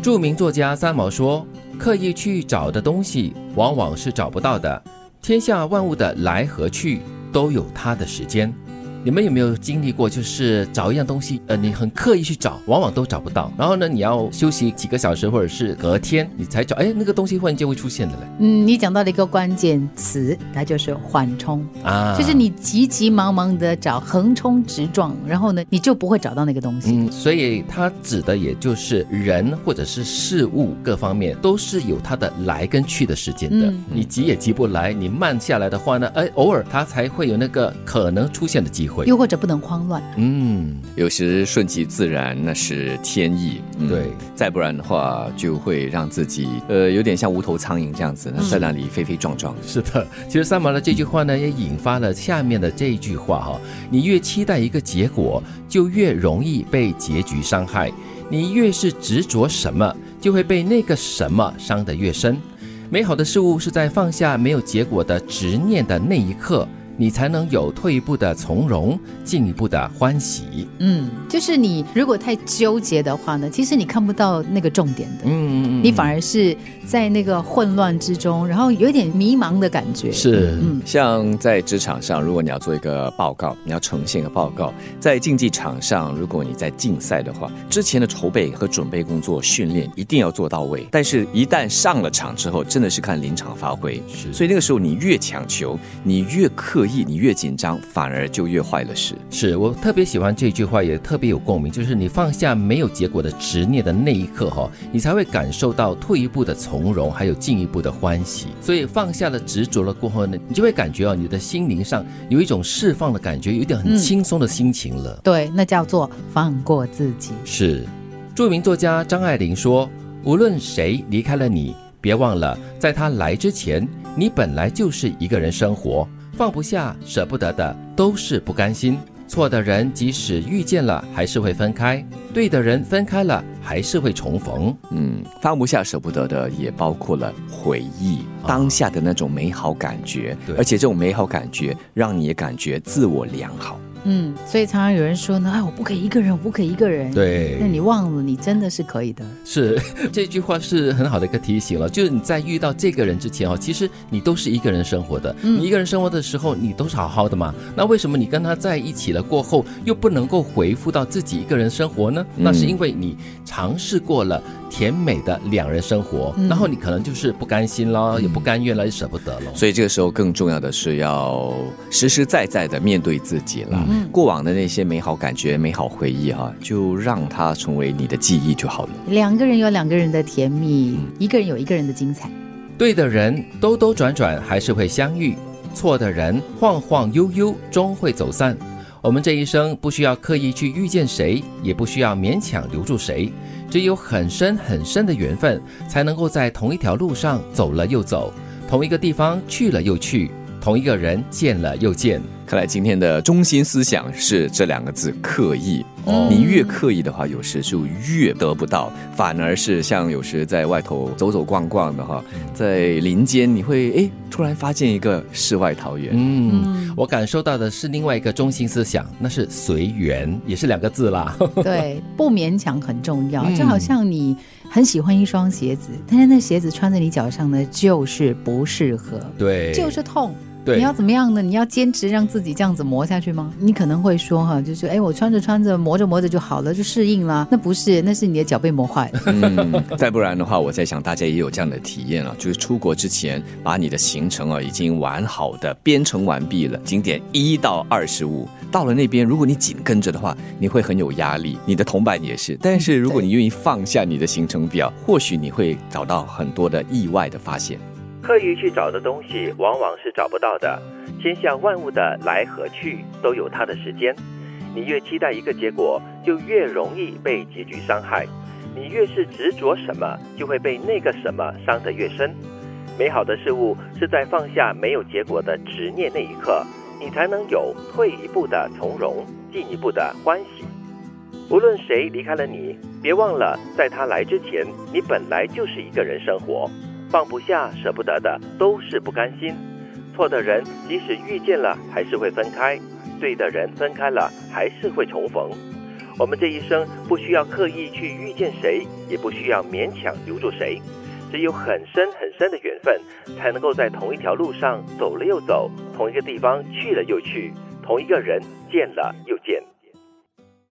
著名作家三毛说，刻意去找的东西往往是找不到的，天下万物的来和去都有它的时间。你们有没有经历过，就是找一样东西，你很刻意去找，往往都找不到，然后呢，你要休息几个小时，或者是隔天你才找，那个东西忽然间会出现的嘞。 你讲到了一个关键词，它就是缓冲啊，就是你急急忙忙的找，横冲直撞，然后呢，你就不会找到那个东西。 所以它指的也就是人或者是事物各方面都是有它的来跟去的时间的。你急也急不来，你慢下来的话呢，偶尔它才会有那个可能出现的机会。 又或者不能慌乱， 有时顺其自然那是天意， 对， 再不然的话就会让自己有点像无头苍蝇这样子，在那里飞飞撞撞。 是的，其实三毛的这句话呢，也引发了下面的这一句话哈：你越期待一个结果，就越容易被结局伤害；你越是执着什么，就会被那个什么伤得越深。美好的事物是在放下没有结果的执念的那一刻，你才能有退一步的从容，进一步的欢喜。 就是你如果太纠结的话呢，其实你看不到那个重点的。你反而是在那个混乱之中，然后有点迷茫的感觉。 是， 像在职场上，如果你要做一个报告，你要呈现一个报告；在竞技场上，如果你在竞赛的话，之前的筹备和准备工作、训练一定要做到位。但是，一旦上了场之后，真的是看临场发挥。所以那个时候，你越强求，你越刻意，你越紧张，反而就越坏了事。 是，我特别喜欢这句话，也特别有共鸣，就是你放下没有结果的执念的那一刻你才会感受到退一步的从容，还有进一步的欢喜。所以放下了执着了过后呢，你就会感觉你的心灵上有一种释放的感觉，有一点很轻松的心情了。 对，那叫做放过自己。 是，著名作家张爱玲说，无论谁离开了你，别忘了在他来之前，你本来就是一个人生活，放不下舍不得的都是不甘心。错的人即使遇见了还是会分开，对的人分开了还是会重逢。 放不下舍不得的也包括了回忆当下的那种美好感觉，而且这种美好感觉让你也感觉自我良好。 所以常常有人说呢，我不可以一个人，我不可以一个人。 对， 那你忘了，你真的是可以的。 是，这句话是很好的一个提醒了，就是你在遇到这个人之前其实你都是一个人生活的。你一个人生活的时候，你都是好好的嘛。那为什么你跟他在一起了过后，又不能够回复到自己一个人生活呢？那是因为你尝试过了甜美的两人生活，然后你可能就是不甘心了，也不甘愿了，也舍不得了。 所以这个时候更重要的是要实实在在的面对自己了。过往的那些美好感觉、美好回忆就让它成为你的记忆就好了。 两个人有两个人的甜蜜，一个人有一个人的精彩。 对的人兜兜转转还是会相遇，错的人晃晃悠悠终会走散。我们这一生不需要刻意去遇见谁，也不需要勉强留住谁，只有很深很深的缘分，才能够在同一条路上走了又走，同一个地方去了又去，同一个人见了又见。 看来今天的中心思想是这两个字，刻意。你越刻意的话，有时就越得不到，反而是像有时在外头走走逛逛的在林间你会突然发现一个世外桃源。 我感受到的是另外一个中心思想，那是随缘，也是两个字啦。 对，不勉强很重要。就好像你很喜欢一双鞋子，但是那鞋子穿在你脚上呢，就是不适合， 对， 就是痛。你要怎么样呢？你要坚持让自己这样子磨下去吗？你可能会说就是我穿着穿着磨着磨着就好了，就适应了。那不是，那是你的脚被磨坏了。 再不然的话，我在想大家也有这样的体验了，就是出国之前把你的行程已经完好的编程完毕了，景点1到25，到了那边如果你紧跟着的话，你会很有压力，你的同伴也是。但是如果你愿意放下你的行程表，或许你会找到很多的意外的发现。 刻意去找的东西往往是找不到的，天下万物的来和去都有它的时间。你越期待一个结果，就越容易被结局伤害。你越是执着什么，就会被那个什么伤得越深。美好的事物是在放下没有结果的执念那一刻，你才能有退一步的从容，进一步的欢喜。无论谁离开了你，别忘了在他来之前，你本来就是一个人生活，放不下舍不得的都是不甘心。错的人即使遇见了还是会分开，对的人分开了还是会重逢。 我们这一生不需要刻意去遇见谁，也不需要勉强留住谁，只有很深很深的缘分，才能够在同一条路上走了又走，同一个地方去了又去，同一个人见了又见。